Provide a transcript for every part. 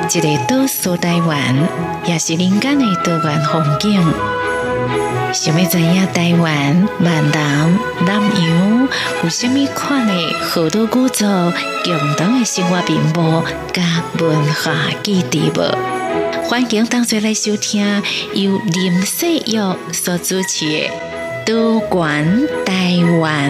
一个岛屿台湾，也是人间的多元风景。想要知影台湾闽南南洋有什么款的好多古早共同的生活面貌甲文化记忆无？欢迎同齐来收听由林世玉所主持的《多元台湾》。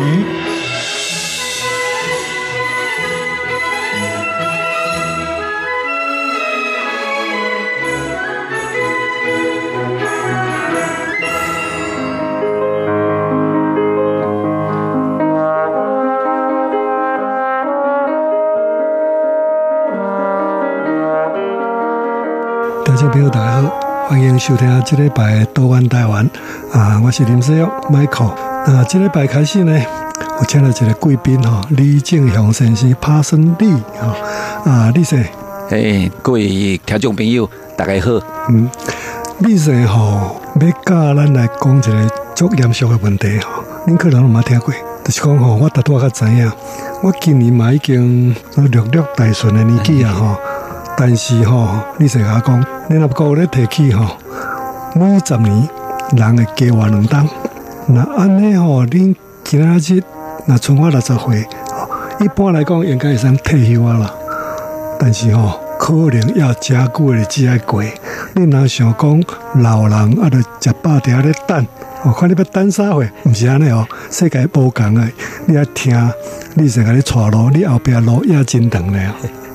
听众朋友大家好，欢迎收听这礼拜的多元台湾我是林世玉 Michael。这礼拜开始呢，我请了一个贵宾李正雄先生，拍生李李生。 各位听众朋友大家好。 李生要教咱来讲一个足严肃的问题恁可能都没听过，就是讲我大多较知影，我今年嘛已经略略大顺的年纪但是你先甲我讲，联合国咧提起每10年人会加活2冬。那安尼恁今仔日那剩我60岁，一般来讲应该会使退休啦。但是可能要加久的日子要过。你若想讲老人就食饱伫咧等，看你要等啥货？毋是安尼世界无共的，你要听，你先甲你带路，你后壁路也真长咧。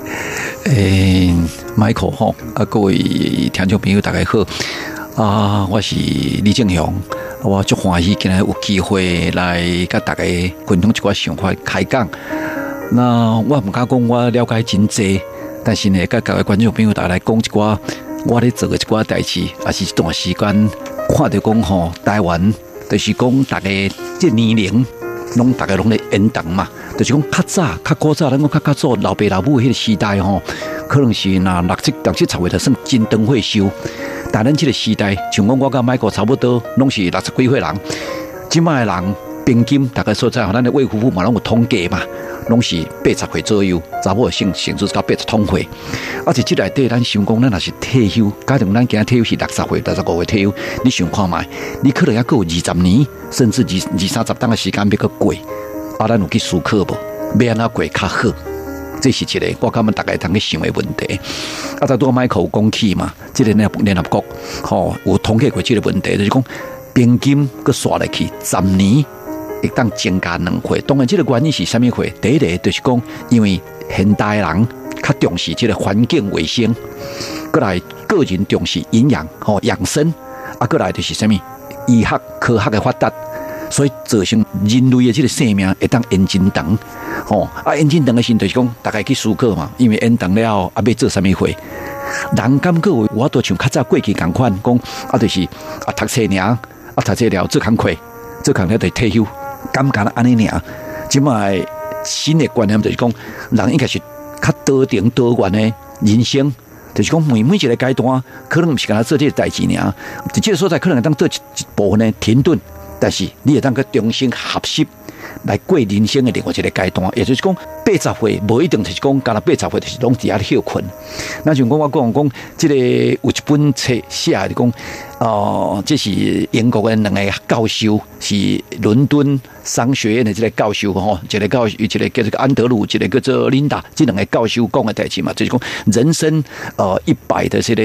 Michael 各位听众朋友大家好我是李正雄，我足欢喜今日有机会来甲大家分享一寡想法开讲。那我唔敢讲我了解真济，但是呢，甲各位观众朋友大家来讲一寡我咧做嘅一寡代志，也是一段时间看到讲台湾，就是讲大家这年龄，大家拢咧演动嘛。就是讲较古早，咱讲较早老爸老母迄个时代可能是那60、70岁就算真长退休。但咱这个时代，像讲我甲Michael差不多，拢是60几岁人。即卖人平均大概所在，咱的卫福部嘛拢有统计嘛，拢是80岁左右，查某性至到80通岁。而且这内底，咱想讲，咱若是退休，假定咱今仔退休是60岁、65岁退休，你想看卖，你可能还有20年，甚至20-30年的时间要去过。咱有去思考无？要安怎过较好？这是一个我感觉大家通去想的问题。再多Michael讲起嘛，这个联合国有统计过这个问题，就是讲平均佮刷落去10年会当增加2岁。当然，这个原因是什么岁？第一个就是讲，因为现代人较重视这个环境卫生，过来个人重视营养养生，过来就是什么医学科学的发达。所以造成人类的这个生命会当延真长，延真长的时候就是讲大家去思考嘛，因为延长了要做什么货？人感觉我都像较早过去同款，讲就是读册尔，读册了做工课，做工了就退休，感觉安尼尔。即卖新的观念就是讲，人应该是较多定多元的人生。就是讲每一个阶段，可能不是干做这个代志尔，在这个所在可能当做一部分的停顿。但是你会当去重新合适来过人生的另外一个阶段，也就是讲80岁无一定就是讲，干了80岁就是拢伫遐休困。那像我讲，这个有一本册写的讲，这是英国的2个教授，是伦敦商学院的这个教授一个叫做安德鲁，一个叫做琳达，这2个教授讲的代志嘛，就是讲人生100的这个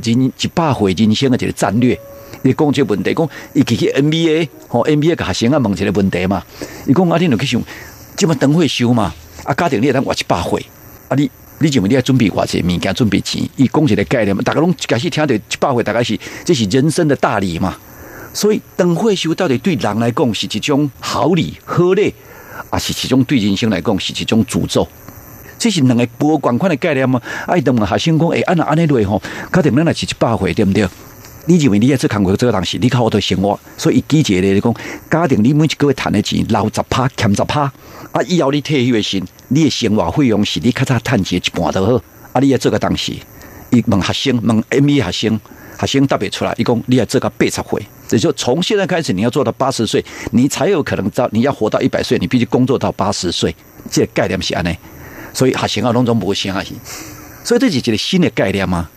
100岁人生的一个战略。你讲这个问题，讲伊去 NBA 甲学生问一个问题嘛？伊讲你就去想，这么长岁收嘛？家庭你当活100岁，你认为你要准备偌济物件，准备钱？伊讲一个概念嘛，大家拢开始听到100岁，大概是这是人生的大礼嘛。所以长岁收到底对人来讲是一种好礼、好礼，是一种对人生来讲是一种诅咒。这是2个无同款的概念嘛？伊当问学生讲，安尼落家庭咱若是100岁，对不对？你认为你在做工课做当时，你靠我的生活，所以记一个咧讲，家庭你每一个月赚的钱留10%，欠10%，以后你退休的时，你的生活费用是你较早赚钱一半就好。你要做个当时，伊问学生，问 MBA 学生答不出来，伊讲你要做到80岁，也就从现在开始你要做到80岁，你才有可能你要活到100岁，你必须工作到80岁。这个概念是安尼，所以学生拢总无声去。 所以这是一个新的概念嘛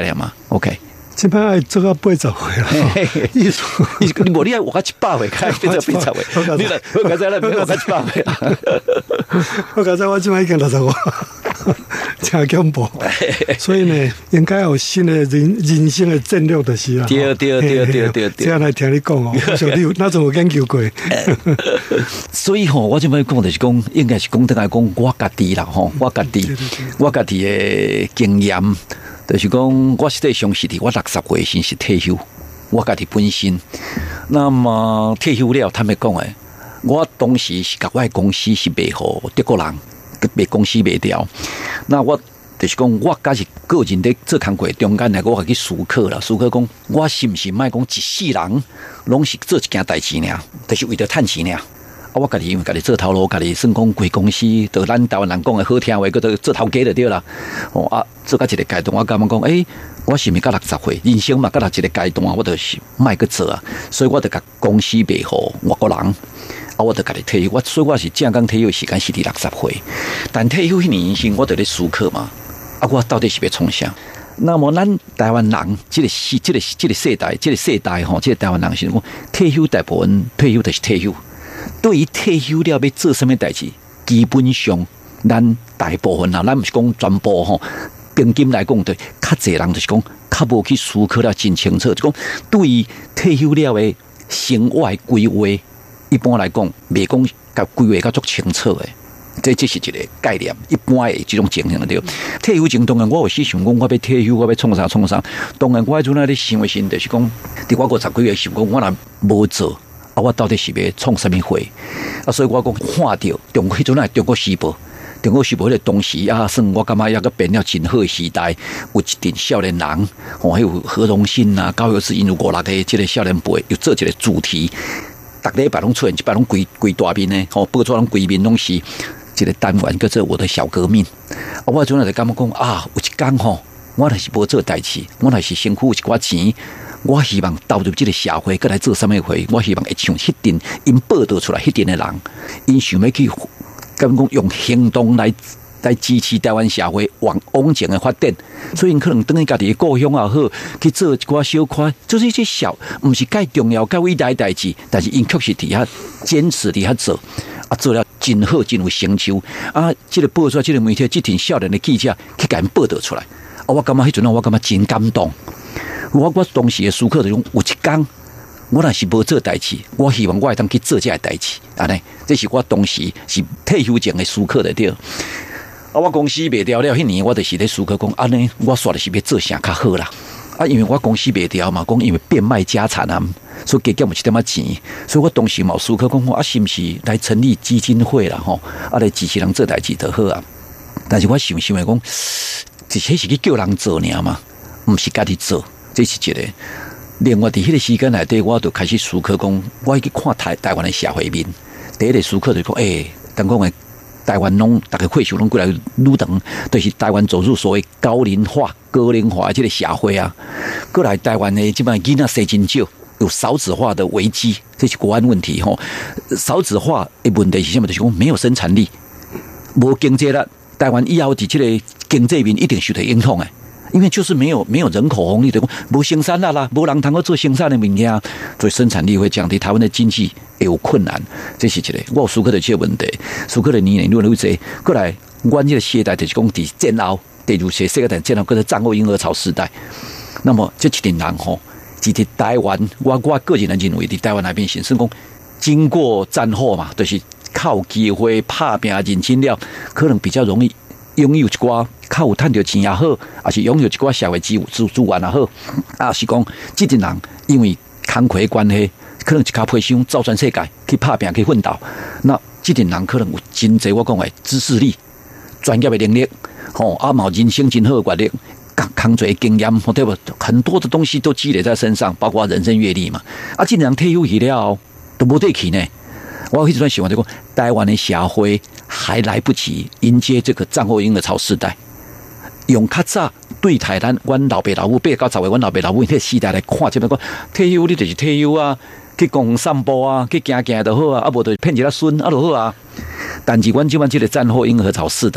，OK。 即摆爱做到80岁啦，意思你无你爱活到100岁，开变成80岁，你来我刚才来活到100岁啦。 我刚才我即摆已经65，真恐怖。所以呢，应该有新的人生的战略就是啦。 对， 这样来听你讲哦，我想你有那种有研究过。 所以我即摆讲就是讲，应该是讲等来讲我家己啦我家己的经验。就是讲，我实际上是我60岁先是退休，我家己本身。那么退休了，坦白讲诶，我当时是甲我公司是卖互德国人，卖公司卖掉。那我就是讲，我假是个人在做工过中间来，我去思考啦，思考讲，我是不是莫讲一世人拢是做一件代志尔，就是为着趁钱尔。我家己因为家己做头路，家己算讲贵公司，就咱台湾人讲的好听话，叫做做头家就对啦。做到一个阶段，我感觉讲，我是毋是到60岁，人生嘛，到一个阶段，我就是莫去做啊。所以我就甲公司卖互外国人，我就家己退休。所以我是正刚退休的时间是伫60岁，但退休迄年时，我就咧思考嘛，我到底是要创啥？那么咱台湾人，这个世代，这个台湾人是讲退休大部分退休就是退休。对于退休了要做什么代志，基本上咱大部分啊，咱不是讲全部平均来讲，对较侪人就是讲较无去思考了真清楚，就讲对于退休了的生活的规划，一般来讲，未讲甲规划甲足清楚的。这是一个概念，一般的这种情形对。退休前当然我有时想讲，我要退休，我要创啥。当然我迄阵咧想的是，就是讲，伫我50几岁想讲，我若无做。我到底是要创什么货？所以我讲看到中国迄阵中国时报迄个当时算我感觉个变了真好的时代，有一群少年人，还有何荣信啊、高佑之因有5-6个这个少年辈，又做一个主题，逐礼拜拢出现，一摆拢规大面呢，报纸拢规面拢是这个单元，叫做我的小革命。我阵就感觉讲有一天我若是无做代志，我若是身躯有一寡钱。我希望投入这个社会，过来做什么货？我希望会像迄阵因报道出来迄阵的人，因想要去，敢讲用行动来支持台湾社会往前的发展。所以因可能等于家己的故乡也好，去做一寡小块，就是一些小，不是介重要、介伟大的代志，但是因确实伫遐坚持伫遐做，做了真好，真有成就。这个报出来，这个媒体，这群少年的记者去甲因报道出来，我感觉迄阵我感觉真感动。我当时的思考就是讲，有一天我若是无做代志，我希望我会当去做这个代志。这是我当时是退休前的思考的对。我公司卖掉了，迄年我就是咧思考讲，我煞是要做啥较好啦。因为我公司卖掉嘛，讲因为变卖家产啊，所以加减有一点仔钱，所以我当时嘛思考讲，是不是来成立基金会啦来支持人做代志就好啊。但是我想的讲，这是去叫人做尔嘛，不是家己做。这是一个。另外，伫迄个时间内底，我就开始思考讲，我去看台湾的社会面。第一个思考就是讲，当讲的台湾拢大家岁数拢过来愈长，就是台湾走入所谓高龄化的这个社会啊。过来台湾的基本上囡仔生真少，有少子化的危机，这是国安问题吼。少子化的问题是什么？就是讲没有生产力，无经济了。台湾以后伫这个经济面一定受到影响的。因为就是没有人口红利的，没生产啦，没人通去做生产的物件，所以生产力会降低，台湾的经济也有困难。这是一个我有思考的这个问题，思考的年越来越多。过来，我这个时代就是讲伫战后，第二次世界大战后，叫做战后婴儿潮时代。那么这一群人是伫台湾，我个人认为，伫台湾那边先生讲，经过战后嘛，就是靠机会拍拼认真了，可能比较容易拥有一寡。较有赚到钱也好，也是拥有一寡社会资源也好，是讲这群人因为工课的关系，可能一脚皮箱走全世界去打拼去奋斗。那这群人可能有真侪我讲的知识力、专业的能力，嘛有人生真好的阅历、工作的经验，对不？很多的东西都积累在身上，包括人生阅历嘛。这群人退休去了都无得去呢。我一直在想这个台湾的社会还来不及迎接这个战后婴儿潮时代。用较早对待阮老爸老母8到10岁，阮老爸老母迄个时代来看，这边讲退休你就是退休啊，去公园散步啊，去行就好啊，无就骗一个孙就好啊。但是阮即个战后婴儿潮时代，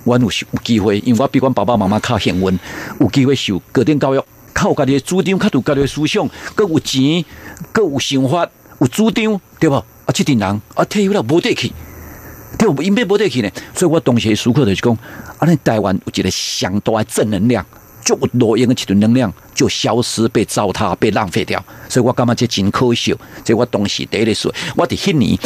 阮有机会，因为我比阮爸爸妈妈较幸运，有机会受高等教育，靠家己的主张，较有家己的思想，佮有钱，佮有想法，有主张，对无？啊，这群人啊，退休了无得去。对，因为无得去呢，所以我当时思考就是讲，咱台湾有一个上大的正能量，就有路用的一段能量就消失、被糟蹋、被浪费掉，所以我感觉这真可惜。这我当时第一个说，我伫迄年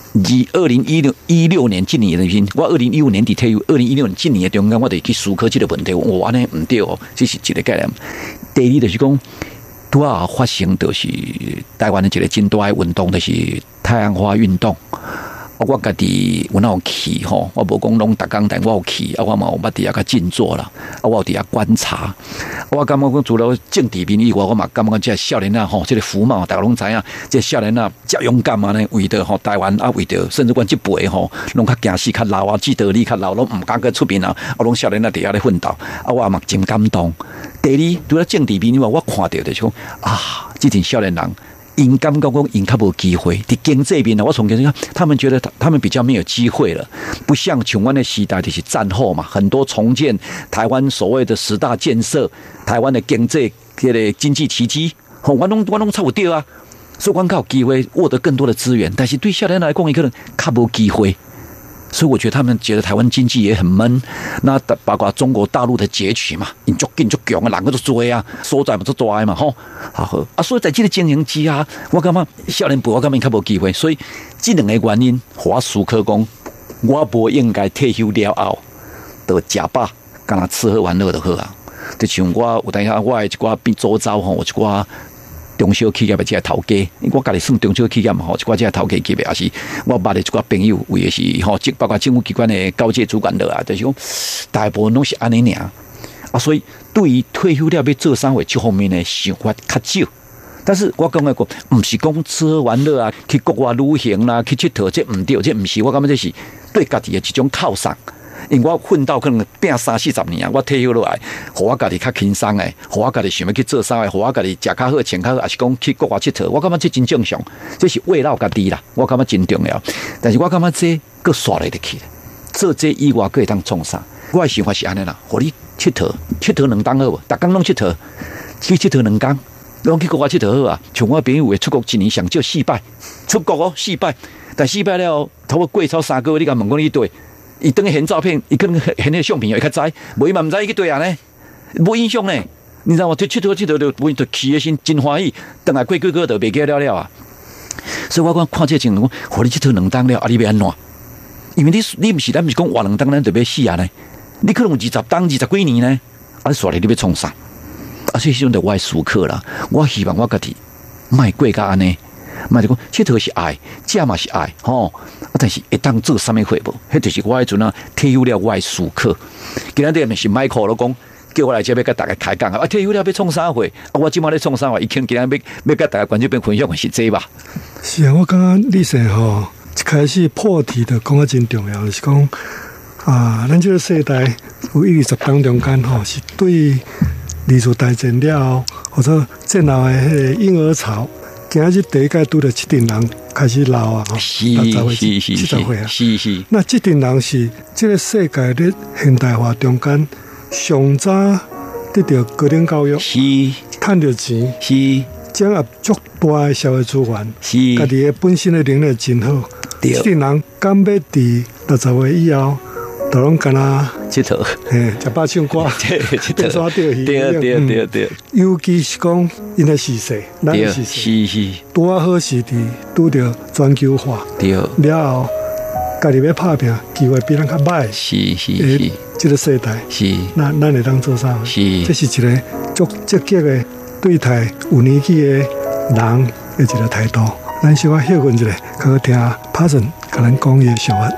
2016年今年的时，我2015年底退休，2016年今年的中间，我就去思考这个问题，我安尼唔对哦，这是一个概念。第二就是讲，拄啊发生就是台湾的一个真大的运动，就是太阳花运动。我家己有那有去吼，我无讲拢逐工，但我有去，我嘛有捌伫遐较静坐啦，我有伫遐观察。我感觉讲除了政治面以外，我嘛感觉这少年啊吼，这个福茂大家拢知影，这少年啊遮勇敢啊呢，为着吼台湾啊，为着甚至阮这辈吼，拢较惊死较老啊，志得力较老，拢毋敢去出面啊，拢少年啊伫遐咧奋斗，我嘛真感动。第二，除了政治面以外，我看到就是讲啊，这群少年人。因感觉讲因较无机会，伫经济面呢，我从前讲，他们觉得他们比较没有机会了，不像像阮的时代就是战后嘛，很多重建台湾所谓的10大建设，台湾的经济经济奇迹，我拢差不多啊，所以阮较有机会获得更多的资源，但是对少年来讲，伊可能较无机会。所以我觉得他们觉得台湾经济也很闷，那包括中国大陆的攫取嘛，因足紧足强啊，人个都多啊，所在嘛足大嘛，吼，好啊，所以在这个经营之下，我感觉少年辈我感觉较无机会，所以这两个原因，我思考讲，我无应该退休了后，就食饱，干那吃喝玩乐就好啊。就像我有当下我的一寡边周遭吼，有一寡。中小企业的这个头家，因为我家己算中小企业嘛吼，一寡这个头家级别也是我捌的一寡朋友，为的是吼，即包括政府机关的高阶主管的啊，就是讲大部分拢是安尼尔啊，所以对于退休了要做啥货这方面的想法较少。但是我讲的过，不是讲吃喝玩乐啊，去国外旅行啦，去佚佗，这唔对，这唔是。我感觉这是对家己的一种犒赏。因为我奋斗可能拼30-40年啊，我退休落来，互我家己较轻松诶，互我家己想要去做啥诶，互我家己食较好、穿较好，还是讲去国外佚佗，我感觉这真正常，这是慰劳家己啦，我感觉真重要。但是我感觉这佫刷来得去，做这以外佫会当创啥？我的想法是安尼啦，互你佚佗2天好无？逐工拢佚佗，去佚佗2天，拢去国外佚佗好啊。像我朋友会出国一年上少4摆，出国哦4摆，但4摆了，差不多过超3个月，你甲问讲你对？伊等下现照片，伊可能现那相片又会较知，无伊嘛毋知伊去对啊呢，无印象呢。你知道吗？佚佗就起个心真欢喜，等下过几个就袂记了啊。所以我讲看这情况，互你佚佗2天了，啊你要安怎？因为你毋是咱毋是讲活2天咱就要死啊呢？你可能有20天、20几年呢，啊你煞来你要创啥？啊所以迄种就我的思考啦。我希望我家己莫过甲安尼。嘛就讲，佚佗是爱，食嘛是爱，吼。但是会当做啥物货无？迄就是我迄阵啊退休了我的思考。今仔日咪是麦克罗讲，叫我来这边甲大家开讲啊。退休了要创啥货？啊，我即马咧创啥货？伊今仔要甲大家观众边分享的是这吧？ 是啊，我感觉你说吼，一开始破题的讲啊真重要，就是讲啊，咱这个世代有20天中间吼，是对二次大战了后，或者战后的迄个婴儿潮。今日第一届拄着这群人开始老啊，吼，60岁、70岁啊，是。那这群人是这个世界的现代化中间上早得到高等教育，是，赚到钱，是，掌握足大的社会资源，是，家己的本身的能力真好。这群人敢要伫60岁以后，都拢干啊佚佗， 食饱唱歌， 佚佗钓鱼，对。 尤其是讲因的时势，咱的时势，是，拄啊好时伫拄着全球化，对，了后，家己要拍拼，机会比咱较歹，是，这个世代，是，咱会当做啥？是，这是一个足积极的对待有年纪的人的一个态度。咱小可休困一下，去听帕森甲咱讲伊的想法。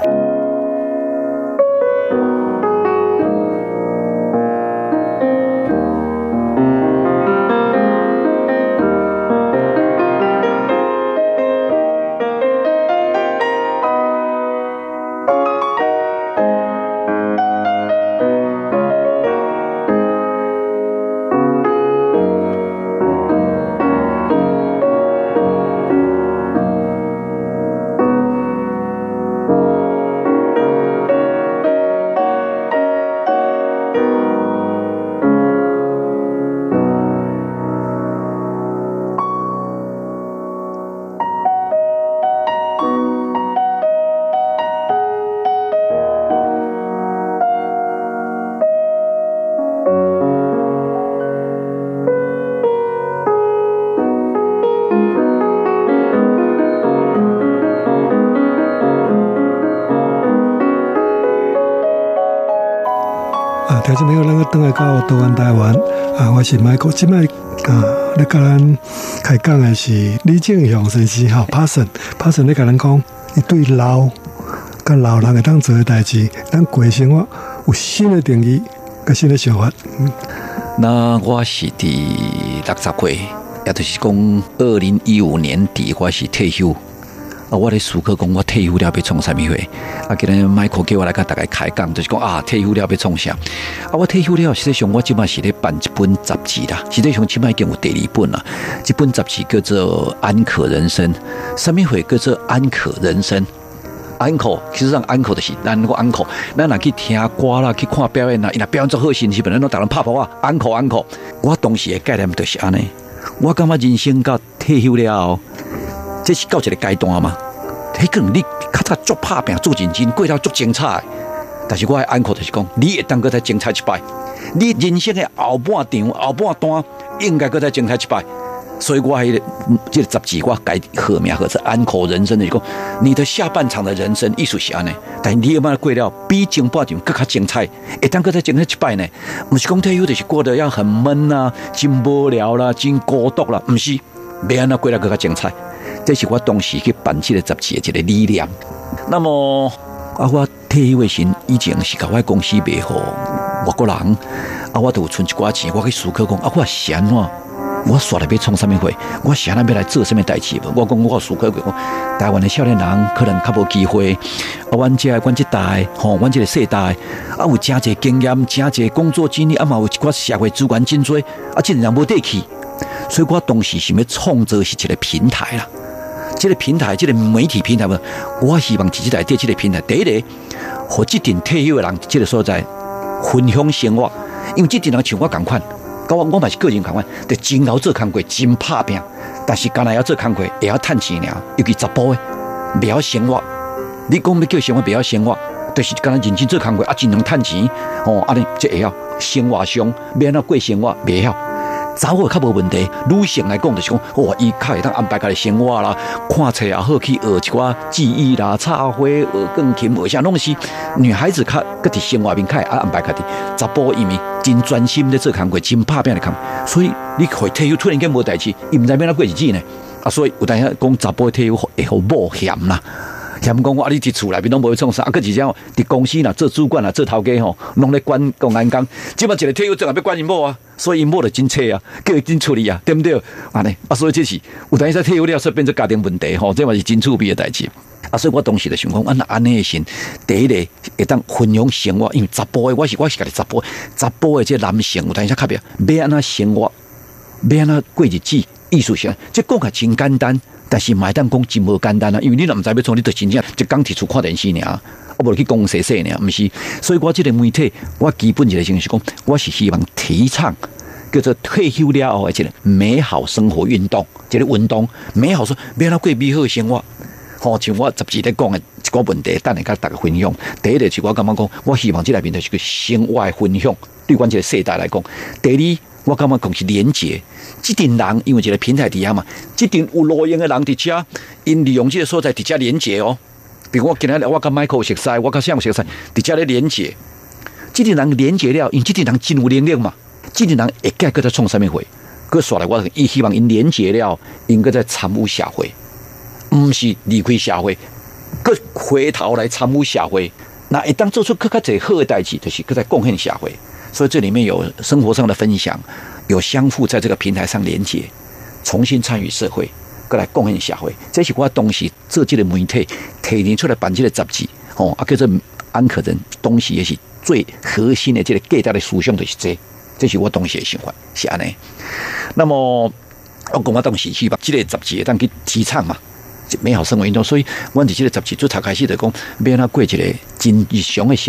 听众朋友，咱个回来到台湾台湾我是Michael，今摆咧甲咱开讲的是李正雄先生Parson咧甲咱讲，伊对老甲老人会当做的代志，咱过生活有新的定义，甲新的想法。 那我是第60岁，也就是讲2015年底我是退休。我咧思考讲，我退休了要创啥物货？今日Michael叫我来甲大家开讲，就是讲退休了要创啥？我退休了，实际上我即摆是咧办一本杂志啦。实际上即摆已经有第2本啦。这本杂志叫做《安可人生》，啥物货叫做安可人生？安可，其实上安可就是咱那个安可，咱若去听歌啦，去看表演啦，伊若表演做好势，是本来拢逐人拍拍啊，安可安可。我当时的概念就是安尼，我感觉人生到退休了，这是到一个阶段嘛。迄个你较早足拍拼、足认真，过了足精彩。但是我的安可就是讲，你会当搁再精彩一摆，你人生的后半场、后半段应该搁再精彩一摆。所以我这个杂志我改号名或者安可人生的，就是讲你的下半场的人生艺术是安尼，但是你要慢过了，比前半场更加精彩，会当搁再精彩一摆呢？不是讲退休就是过得要很闷啊、真无聊啦、真孤独啦，不是，要安那过了更加精彩。这是我当时去办这个杂志的一个理念。那么我退休的时以前是甲我公司卖给外国人，我都有存一寡钱，我去思考讲我是安怎？我煞来要创啥物货？我是安怎要来做啥物代志？我讲我思考过讲，台湾的少年人可能较无机会。阮这代，阮这个世代，有真侪经验，真侪工作经历，嘛有一寡社会资源真多，这人无地去。所以我当时想要创造是一个平台啦。这个平台，这个媒体平台，我希望自己来对这个平台，第一个，和这阵退休的人，这个所在分享生活，因为这阵人像我同款，我嘛是个人同款，就真熬做工课，真拍拼，但是干那要做工课，也要赚钱尔，尤其查甫的，不要生活。你讲要叫生活，不要生活，就是干那认真做工课，真能赚钱，安尼这会晓生活上，要安怎过生活，袂晓。查某较无问题，女性来讲就是讲，伊较会当安排家己生活啦，看册也好，去学一寡技艺啦，插花、学钢琴、学啥拢是。女孩子较搁伫生活面较会安排家己，查甫因为真专心咧做工课，真拍拼咧工，所以你会退休突然间无代志，伊毋知要怎过日子呢？所以有当时讲查甫退休会好冒险啦。嫌讲我你伫厝内面拢无去创啥，啊，佮是讲伫公司啦做主管啦做头家吼，拢咧管公安工，即摆一个退休证也要管因某啊，所以因某就真切啊，叫伊真处理啊，对不对？安尼所以这是有当时退休了，所以变成家庭问题吼，这嘛是真趣味的代志。所以我当时就想讲，安尼的先，第一个会当分享生活，因为查甫的我是家己查甫的这男性有当时较别，要安怎生活，要安怎过日子，艺术性，这讲起真简单。但是买单讲真无简单啊，因为你若毋知要创，你就真正一工提出看电视尔，无去讲洗洗尔，毋是。所以我这个媒体，我基本一个就是讲，我是希望提倡叫做退休了后的这个美好生活运动，这个运动美好说，要哪过美好的生活。像我杂志咧讲的一个问题，等下甲大家分享。第一个是我感觉讲，我希望这内面就是个生活的分享，对阮这个世代来讲。第二，我感觉讲是连结，这群人因为一个平台底下嘛，这群有路用的人伫遮，因利用这个所在伫遮连结哦。比如我今日我跟 Michael 熟悉，我跟向熟悉，伫遮咧连结，这群人连结了，因这群人真有能力嘛，这群人会改搁再创啥物会，搁刷来我伊希望因连结了，因搁再参与社会，毋是离开社会，搁回头来参与社会，那会当做出更加侪好的代志，就是搁再贡献社会。所以这里面有生活上的分享，有相互在这个平台上连接，重新参与社会，过来贡献社会。这是我当时做这个媒体提炼出来办这个杂志，叫做安可人，当时也是最核心的这个价值的思想就是这是我当时的想法是安尼。那么我讲我当时希望这个杂志会当去提倡嘛。美好生活运动，所以我伫这个杂志最头开始就讲，要安怎过一个真日常的生活，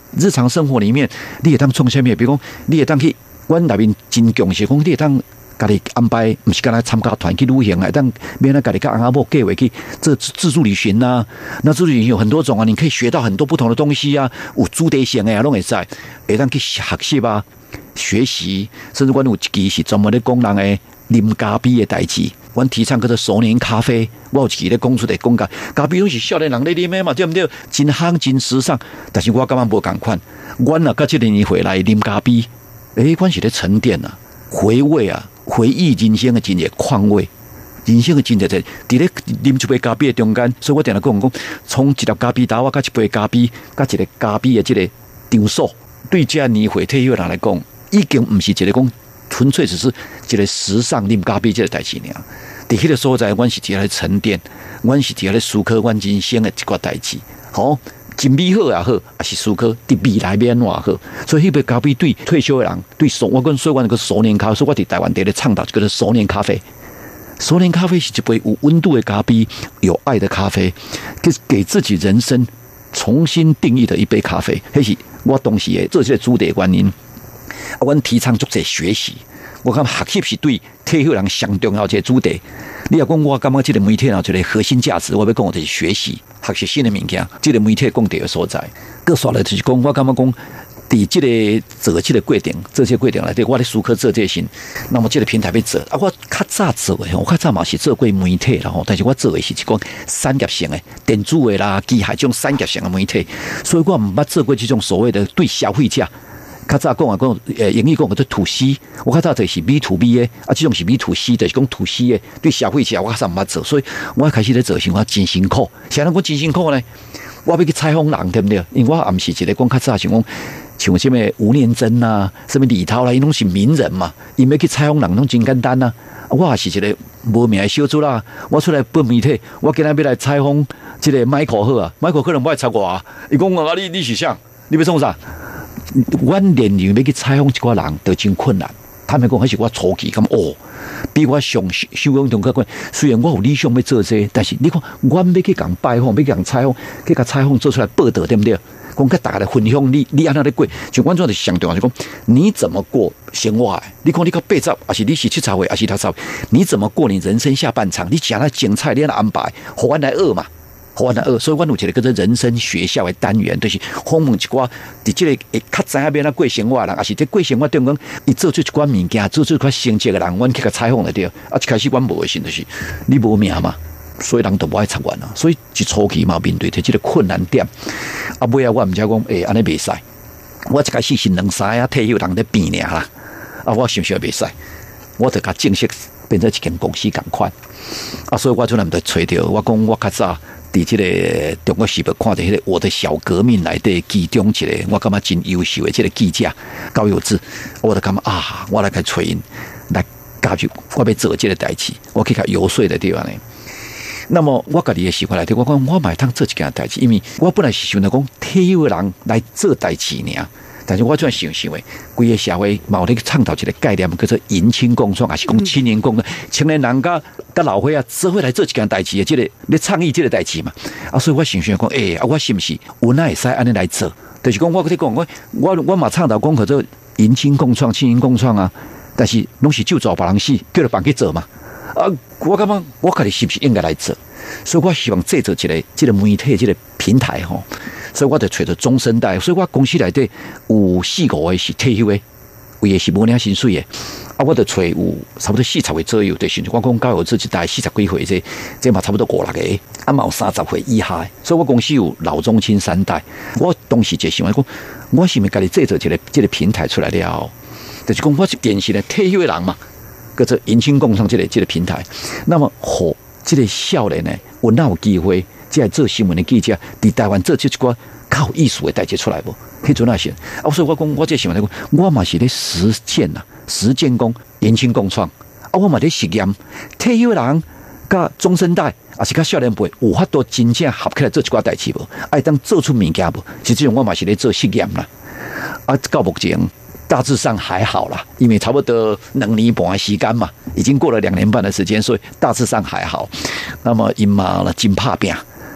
日常生活里面，你会当创啥物？比如讲，你会当去，阮内面真强势讲，你会当家己安排，不是干那参加团去旅行啊，但免那家己跟阿某计划去这自助旅行呐。那自助旅行有很多种啊，你可以学到很多不同的东西啊，有主题性的啊，拢会在，会当去学习啊，学习，甚至阮有一期是专门咧讲人的啉咖啡的代志。阮提倡叫做熟年咖啡，我有一期咧讲出来讲咖啡拢是少年人咧啉的嘛，对不对？真夯真时尚，但是我感觉无共款。阮啊，甲这个年回来啉咖啡，阮是咧沉淀啊，回味啊，回忆人生的真个况味，人生的真个在伫咧啉一杯咖啡的中间，所以我定来讲，从一粒咖啡豆啊，甲一杯咖啡，甲一个咖啡的这个场所，对这年回退休的人来讲，已经不是一个讲纯粹只是一个时尚啉咖啡这个代志尔。伫迄个所在，阮是伫咧沉淀，阮是伫咧思考阮人生的一寡代志，好，真美好也好，也是思考伫未来要安怎好。所以迄杯咖啡对退休的人，对我跟所以阮个熟年咖啡，所以我伫台湾伫咧倡导这个熟年咖啡。熟年咖啡是一杯有温度的咖啡，有爱的咖啡，给自己人生重新定义的一杯咖啡。迄是我当时的做这个主题原因。阮提倡足侪学习。我感觉学习是对退休人上重要一个主题。你若讲我感觉这个媒体有一个核心价值，我要讲的就是学习、学习新的物件。这个媒体讲对的所在，搁刷来就是讲，我感觉讲，伫这个做这个过程，做这个过程内底，我咧思考做这些事。那么这个平台要做啊，我较早做的，我较早嘛是做过媒体啦，但是我做的是一种产业性的电子的啦、机械这种产业性的媒体，所以我唔捌做过这种所谓的对消费者。较早讲英语讲叫做 to C， 我较早就是 B to B 的，啊，这种是 B to C， 就是讲 to C 的，对消费者我较早唔捌做，所以我开始咧做，想我真辛苦。谁人讲真辛苦呢？我要去采访人，对不对？因为我也不是一个讲较早想讲像什么吴念真啊，什么李涛啦，因拢是名人嘛，因要去采访人拢真简单啊。我也是一个无名的小子啦，我出来本媒体，我今日要来采访这个迈克好啊，迈克可能不爱插我啊，伊讲啊，你是啥？你要创啥？我连要去采访一个人都真困难，他们讲还是我初期咁比我上修养中较困。虽然我有理想要做这，但是你看，我要去讲拜访，要去讲采访，去甲采访做出来报道，对不对？讲甲大家来分享你安怎咧过，像我做的上重要，就讲你怎么过生活？你看你到80，还是你是70岁，还是60岁，你怎么过你人生下半场？你怎样精彩，你安安排，互阮来学嘛。所以，我有一个叫做人生学校的单元，就是访问一寡伫这个会较知影要怎过生活的人，也是在过生活中讲，伊做出一寡物件，做出一寡成绩的人，阮去甲采访了对。啊，一开始阮无的心就是你无名嘛，所以人都不爱插阮啊。所以一初期嘛，面对这个困难点，啊，尾啊，我毋知讲，安尼袂使。我一开始是2-3个退休人咧变尔啦，啊，我想袂使，我就甲正式变成一间公司共款。啊，所以我就难得找到，我讲我较早。伫这个中国时报看到迄个我的小革命内底其中一个，我感觉真优秀的这个记者高有志，我就感觉啊，我来甲找因来加入，我要做这个代志，我去甲游说的地方呢。那么我家己的想法来，我讲我买通做一件代志，因为我本来是想着讲退休的人来做代志尔。但是我这样想的，规个社会嘛有咧倡导一个概念，叫做迎青共创，还是讲青年共创？青年人甲老岁啊，做伙来做一件代志的，这个咧倡议这个代志嘛。啊，所以我想讲，我是不是有哪会使安尼来做？就是讲我跟你讲，我嘛倡导讲叫做迎青共创、青年共创啊。但是拢是就做别人死，叫人别去做嘛。啊，我感觉我家己是不是应该来做？所以我希望制作这个媒体这个平台吼。所以我就找到中生代，所以我公司内底有4-5个是退休的，有的是无领薪水的，啊，我就找有差不多40岁左右，就是我讲高有自己大概40几岁这嘛差不多5-6个，啊嘛有30岁以下的，所以我公司有老中青3代。我当时就想讲，我是不是家己制作这个平台出来了？就是讲我是典型的退休的人嘛，叫做迎青共创这个平台。那么好，这个少年呢，有哪有机会？在做新闻的记者，伫台湾做出一寡较有意思的代志出来无？迄阵那些啊，所以我讲，我这想法讲，我嘛是咧实践呐，实践讲迎青共创啊，我嘛咧实验，退休人甲中生代，也是甲少年辈，有法度真正合起来做一寡代志无？爱当做出物件无？实际上我嘛是咧做实验啦，啊，到目前大致上还好啦，因为差不多2年半的时间嘛，已经过了2年半的时间，所以大致上还好。那么因嘛真拍拼。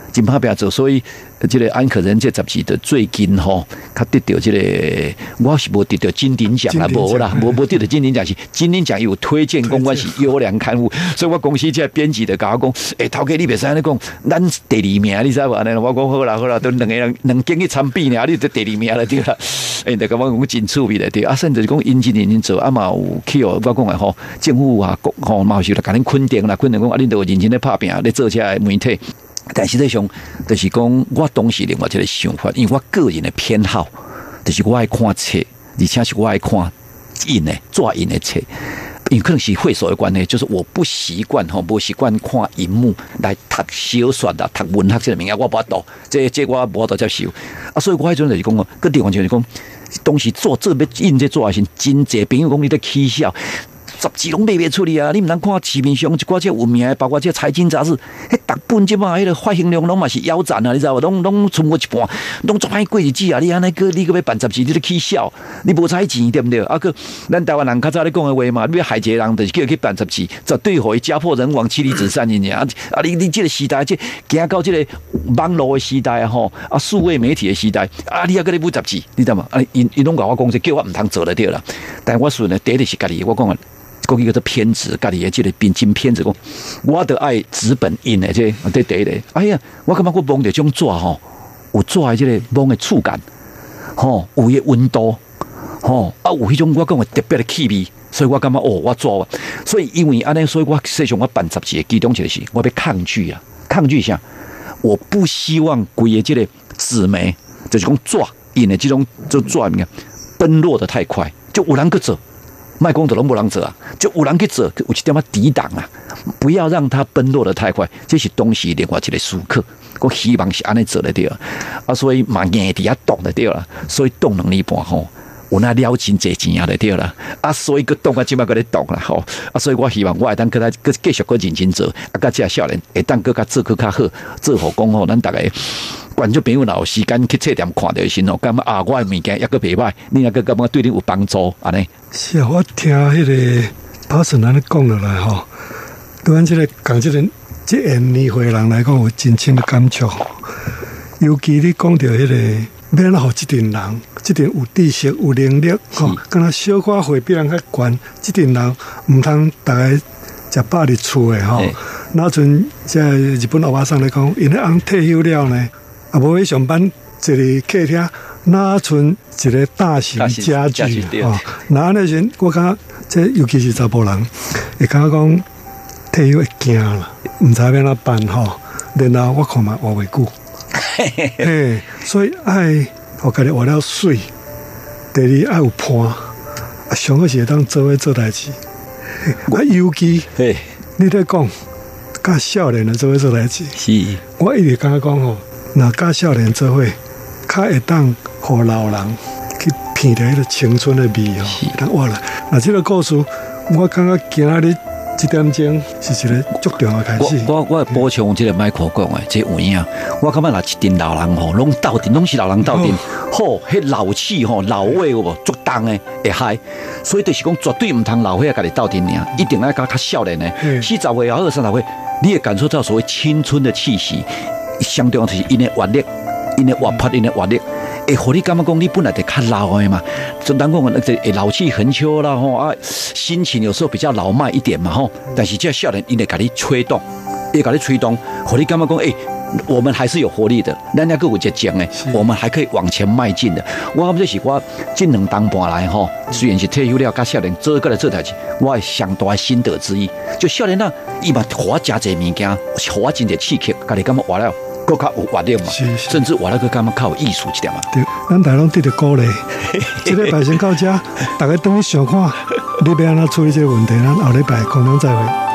真拍拼做，所以这个安可人这杂志的最近吼，他得到这个，我是无得到金鼎奖啦，无啦，无得到金鼎奖是金鼎奖有推荐公我是优良刊物，所以我公司这编辑的甲我讲，头家你别使安尼讲，咱第2名，你知无？我讲好啦，都两间去参比呢，你得第2名了对啦。就甲我讲真趣味的对，甚至是讲因真认做，嘛有去哦，我讲的吼，政府啊，嘛有时来甲恁肯定啦，肯定讲恁都有认真咧拍拼咧做这媒体。但实际上，就是讲我当时另外一个想法，因为我个人的偏好，就是我爱看册，而且是我爱看印的纸印的册。因为可能是会所的关系，就是我不习惯不习惯看荧幕来读小说啦、读文学这个物件，我无法度，这我无法度接受啊。所以我迄阵就是讲，个地方就是讲，当时做这要印这做也是真济朋友讲你在起笑。杂志拢卖袂出去啊！你毋通看《市面上一寡这有名的，包括这财经杂志，迄逐本即嘛，迄个发行量拢嘛是腰斩啊！你知道无？拢剩无一半，拢做歹过日子啊！你安尼个，你个要办杂志，你咧起笑，你无采钱对不对？啊个，咱台湾人较早咧讲的话嘛，你要害一个人，就是叫去办杂志，绝对互伊家破人亡、妻离子散人啊！啊，你这个时代，这行到这个网络的时代吼，啊，数位媒体的时代，啊，你还搁咧买杂志，你知道吗？啊，因拢甲我讲，叫我毋通做了对啦。但我顺呢，第一是家己，我讲啊。讲一个偏执，家己的这个真偏执，讲我得爱纸本印的这第一个。哎呀，我感觉我摸着种纸吼，有纸的这个摸的触感，吼，有迄温度，吼，啊有迄种我讲的特别的气味，所以我感觉我纸，所以因为安尼，所以我实际上我办杂志的其中一个是，我要抗拒啊，抗拒一下，我不希望规个这个纸媒，就是讲纸印的这种就纸面崩落的太快，就有人去做。卖工的拢无人做啊，就有人去做，有一点仔抵挡啊，不要让它崩落的太快，这是东西另外一个思考。我希望是安尼做的对啊，所以嘛硬伫遐动的对啦，所以动2年半吼，有那了真侪钱啊的对啦，啊，所以个动啊，即摆个咧动啦吼，啊，所以我希望我会当搁继续搁认真做，啊，甲这少年会当搁较做搁较好，做好讲吼，咱大家。观众朋友若有时间去册店看到时候，感觉啊，我的物件抑个袂歹，你抑个感觉对你有帮助，安尼。 是啊，我听迄个巴神安尼讲落来吼，对咱这个讲这演艺会人来讲有真深的感触。尤其你讲到迄个，要让这阵人，这阵有知识、有能力，吼，敢若小可会比人较悬，这阵人毋通大家食饱伫厝的吼。那阵在日本欧巴桑来讲，因咧翁退休了呢。啊，无去上班，一个客厅，那剩一个大型家具哦。那那阵，我感觉这尤其是查甫人，会感觉讲退休会惊啦，唔知要怎办吼。然后我看嘛活袂久，嘿，所以爱我家己活了水，第二爱有伴，啊，上好是会当做代志。我尤其，你在讲，甲少年的做代志， 是， 我一直感觉讲吼。那甲少年做伙，较会当互老人去品着迄个青春的味哦，当活啦。那这个故事，我感觉今仔日这点钟是一个足重要开始。 我补充这个麦克讲的，这有影。我感觉若一群老人吼，拢斗阵，拢是老人斗阵，好，迄老气吼，老味有无足重的会嗨。所以就是讲，绝对唔通老岁家己斗阵尔，一定要甲较少年的，40岁也好，30岁，你会感受到所谓青春的气息。相对就是因的活力，因的活泼，因的活力，会互你感觉讲你本来就较老的嘛，就当讲会老气横秋啦吼啊，心情有时候比较老迈一点嘛吼，但是这少年因会甲你吹动，会甲你吹动，互你感觉讲我们还是有活力的，咱还有热情的，我们还可以往前迈进的。我感觉是我这2年半来吼，虽然是退休了，甲少年做过来做代志，我的上大的心得之一，就少年啊，伊嘛互我真侪物件，互我真侪刺激，家己感觉活了。更较有活力嘛，甚至活了个感觉较有艺术一点嘛。对， 咱大家拢得到鼓励。这个拜先到这，大家等你想看，你要安怎处理这个问题，咱后礼拜空中再会。